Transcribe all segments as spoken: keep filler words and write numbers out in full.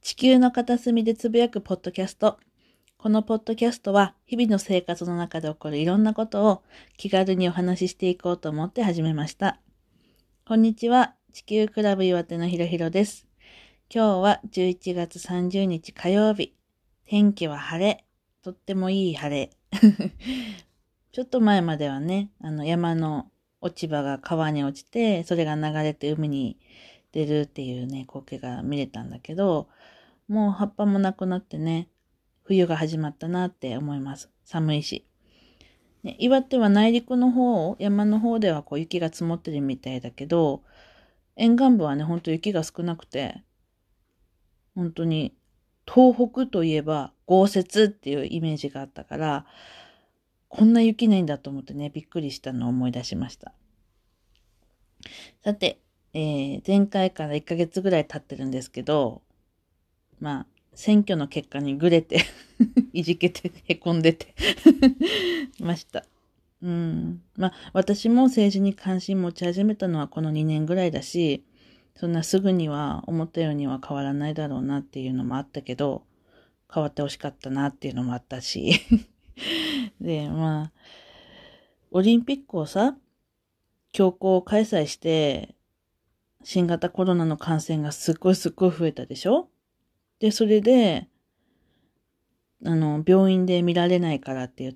地球の片隅でつぶやくポッドキャスト。このポッドキャストは日々の生活の中で起こるいろんなことを気軽にお話ししていこうと思って始めました。こんにちは。地球クラブ岩手のひろひろです。今日はじゅういちがつさんじゅうにち火曜日。天気は晴れ。とってもいい晴れ。ちょっと前まではね、あの山の落ち葉が川に落ちて、それが流れて海に出るっていうね、光景が見れたんだけど、もう葉っぱもなくなってね、冬が始まったなって思います。寒いし。ね、岩手は内陸の方、山の方ではこう雪が積もってるみたいだけど、沿岸部はね、ほんと雪が少なくて、本当に東北といえば豪雪っていうイメージがあったから、こんな雪ないんだと思ってね、びっくりしたのを思い出しました。さて、えー、前回からいっかげつぐらい経ってるんですけど、まあ、選挙の結果にぐれて、いじけて、へこんでてました。うん。まあ、私も政治に関心持ち始めたのはこのにねんぐらいだし、そんなすぐには思ったようには変わらないだろうなっていうのもあったけど、変わってほしかったなっていうのもあったし。で、まあ、オリンピックをさ、強行開催して、新型コロナの感染がすっごいすっごい増えたでしょ？で、それで、あの、病院で見られないからって言って、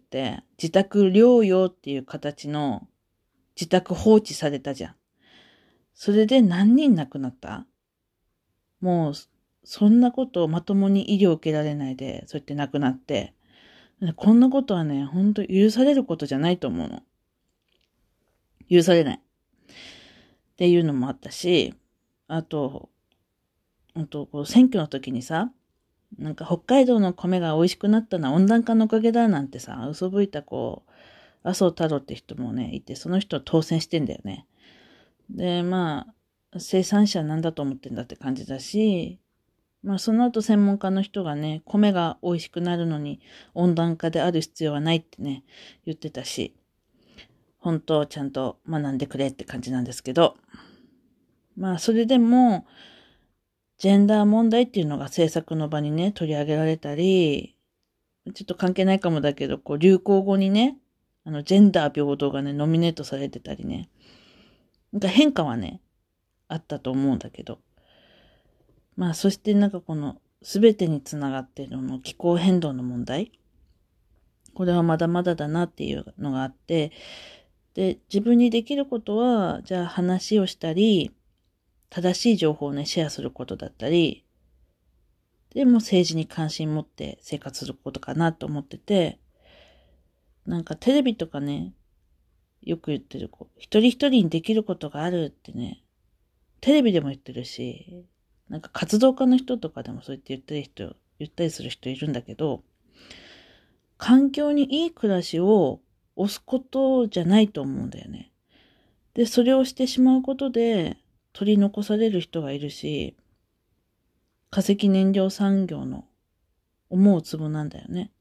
自宅療養っていう形の自宅放置されたじゃん。それで何人亡くなった？もう、そんなことをまともに医療を受けられないで、そうやって亡くなって、こんなことはね、ほんと許されることじゃないと思うの。許されない。っていうのもあったし、あと、あと、こう選挙の時にさ、なんか北海道の米が美味しくなったのは温暖化のおかげだなんてさ、嘘吹いたこう、麻生太郎って人もね、いて、その人当選してんだよね。で、まあ、生産者なんだと思ってんだって感じだし、まあその後専門家の人がね、米が美味しくなるのに温暖化である必要はないってね、言ってたし、本当ちゃんと学んでくれって感じなんですけど、まあそれでも、ジェンダー問題っていうのが政策の場にね、取り上げられたり、ちょっと関係ないかもだけど、こう流行語にね、あの、ジェンダー平等がね、ノミネートされてたりね。なんか変化はね、あったと思うんだけど。まあ、そしてなんかこの、すべてにつながっているの気候変動の問題。これはまだまだだなっていうのがあって、で、自分にできることは、じゃあ話をしたり、正しい情報をね、シェアすることだったり、でも政治に関心持って生活することかなと思ってて、なんかテレビとかね、よく言ってる子、一人一人にできることがあるってね、テレビでも言ってるし、なんか活動家の人とかでもそう言って言ってる人、言ったりする人いるんだけど、環境にいい暮らしを押すことじゃないと思うんだよね。で、それをしてしまうことで取り残される人がいるし、化石燃料産業の思うツボなんだよね。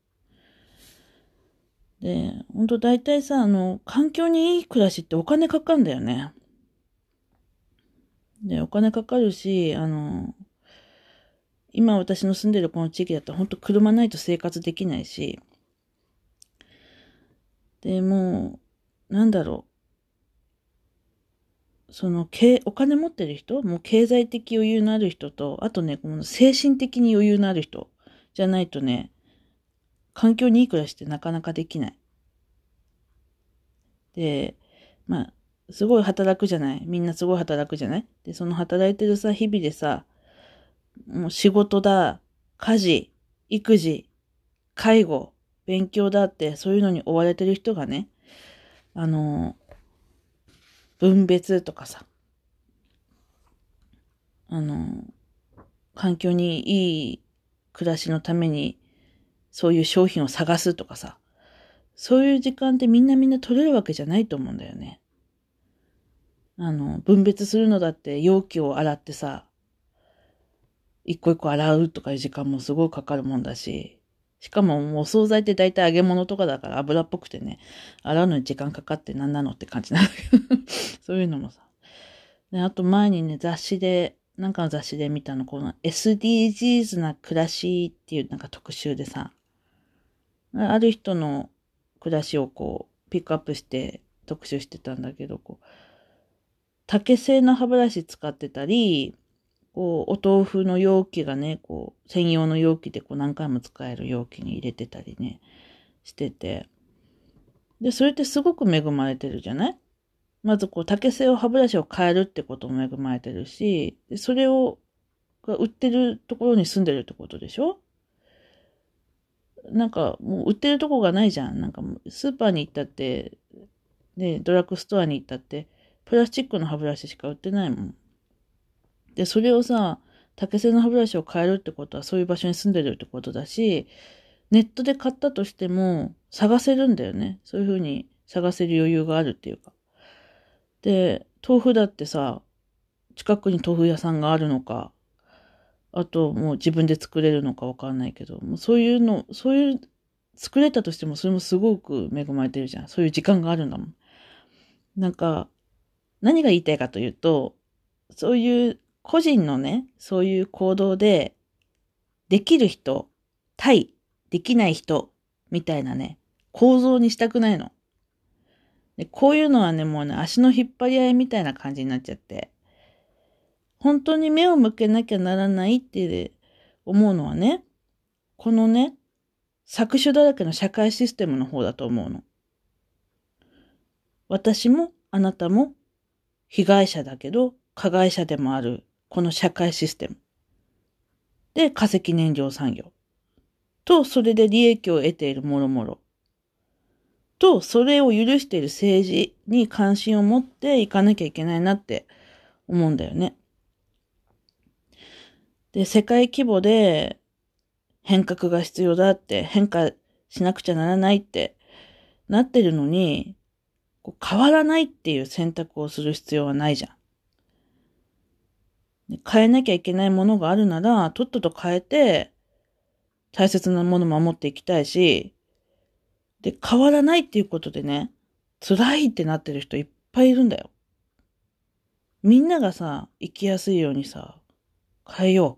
で、ほんと大体さ、あの、環境にいい暮らしってお金かかるんだよね。で、お金かかるし、あの、今私の住んでるこの地域だったら本当車ないと生活できないし、で、もう、なんだろう。その、お金持ってる人、もう経済的余裕のある人と、あとね、この精神的に余裕のある人じゃないとね、環境にいい暮らしってなかなかできない。で、まあ、すごい働くじゃない。みんなすごい働くじゃない。で、その働いてるさ、日々でさ、もう仕事だ、家事、育児、介護、勉強だって、そういうのに追われてる人がね、あの、分別とかさ、あの、環境にいい暮らしのために、そういう商品を探すとかさ、そういう時間ってみんなみんな取れるわけじゃないと思うんだよね。あの、分別するのだって容器を洗ってさ、一個一個洗うとかいう時間もすごいかかるもんだし、しかももうお惣菜って大体揚げ物とかだから油っぽくてね、洗うのに時間かかってなんなのって感じなんだけど、そういうのもさ。で、あと前にね、雑誌でなんかの雑誌で見たの、この エスディージーズ な暮らしっていうなんか特集でさ、ある人の暮らしをこう、ピックアップして特集してたんだけど、こう、竹製の歯ブラシ使ってたり、こう、お豆腐の容器がね、こう、専用の容器でこう何回も使える容器に入れてたりね、してて。で、それってすごく恵まれてるじゃない？まずこう、竹製歯ブラシを変えるってことも恵まれてるし、でそれを、が売ってるところに住んでるってことでしょ？なんか、もう売ってるとこがないじゃん。なんかもう、スーパーに行ったって、で、ドラッグストアに行ったって、プラスチックの歯ブラシしか売ってないもん。で、それをさ、竹製の歯ブラシを変えるってことはそういう場所に住んでるってことだし、ネットで買ったとしても探せるんだよね。そういう風に探せる余裕があるっていうか。で、豆腐だってさ、近くに豆腐屋さんがあるのか、あともう自分で作れるのかわかんないけど、もうそういうの、そういう、作れたとしてもそれもすごく恵まれてるじゃん。そういう時間があるんだもん。なんか、何が言いたいかというと、そういう個人のね、そういう行動で、できる人、対できない人、みたいなね、構造にしたくないの。でこういうのはね、もうね、足の引っ張り合いみたいな感じになっちゃって、本当に目を向けなきゃならないって思うのはね、このね、搾取だらけの社会システムの方だと思うの。私もあなたも被害者だけど加害者でもあるこの社会システム。で、化石燃料産業。と、それで利益を得ているもろもろ。と、それを許している政治に関心を持っていかなきゃいけないなって思うんだよね。で、世界規模で変革が必要だって、変化しなくちゃならないってなってるのに、こう変わらないっていう選択をする必要はないじゃん。変えなきゃいけないものがあるなら、とっとと変えて、大切なものを守っていきたいし、で、変わらないっていうことでね、辛いってなってる人いっぱいいるんだよ。みんながさ、生きやすいようにさ、変えよ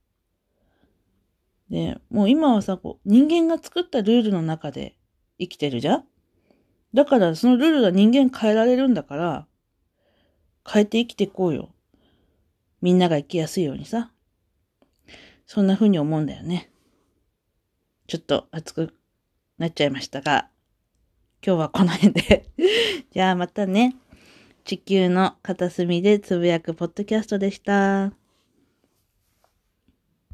う。で、もう今はさ、こう、人間が作ったルールの中で生きてるじゃん？だからそのルールが人間変えられるんだから、変えて生きていこうよ。みんなが生きやすいようにさ。そんな風に思うんだよね。ちょっと熱くなっちゃいましたが、今日はこの辺で。じゃあまたね。地球の片隅でつぶやくポッドキャストでした。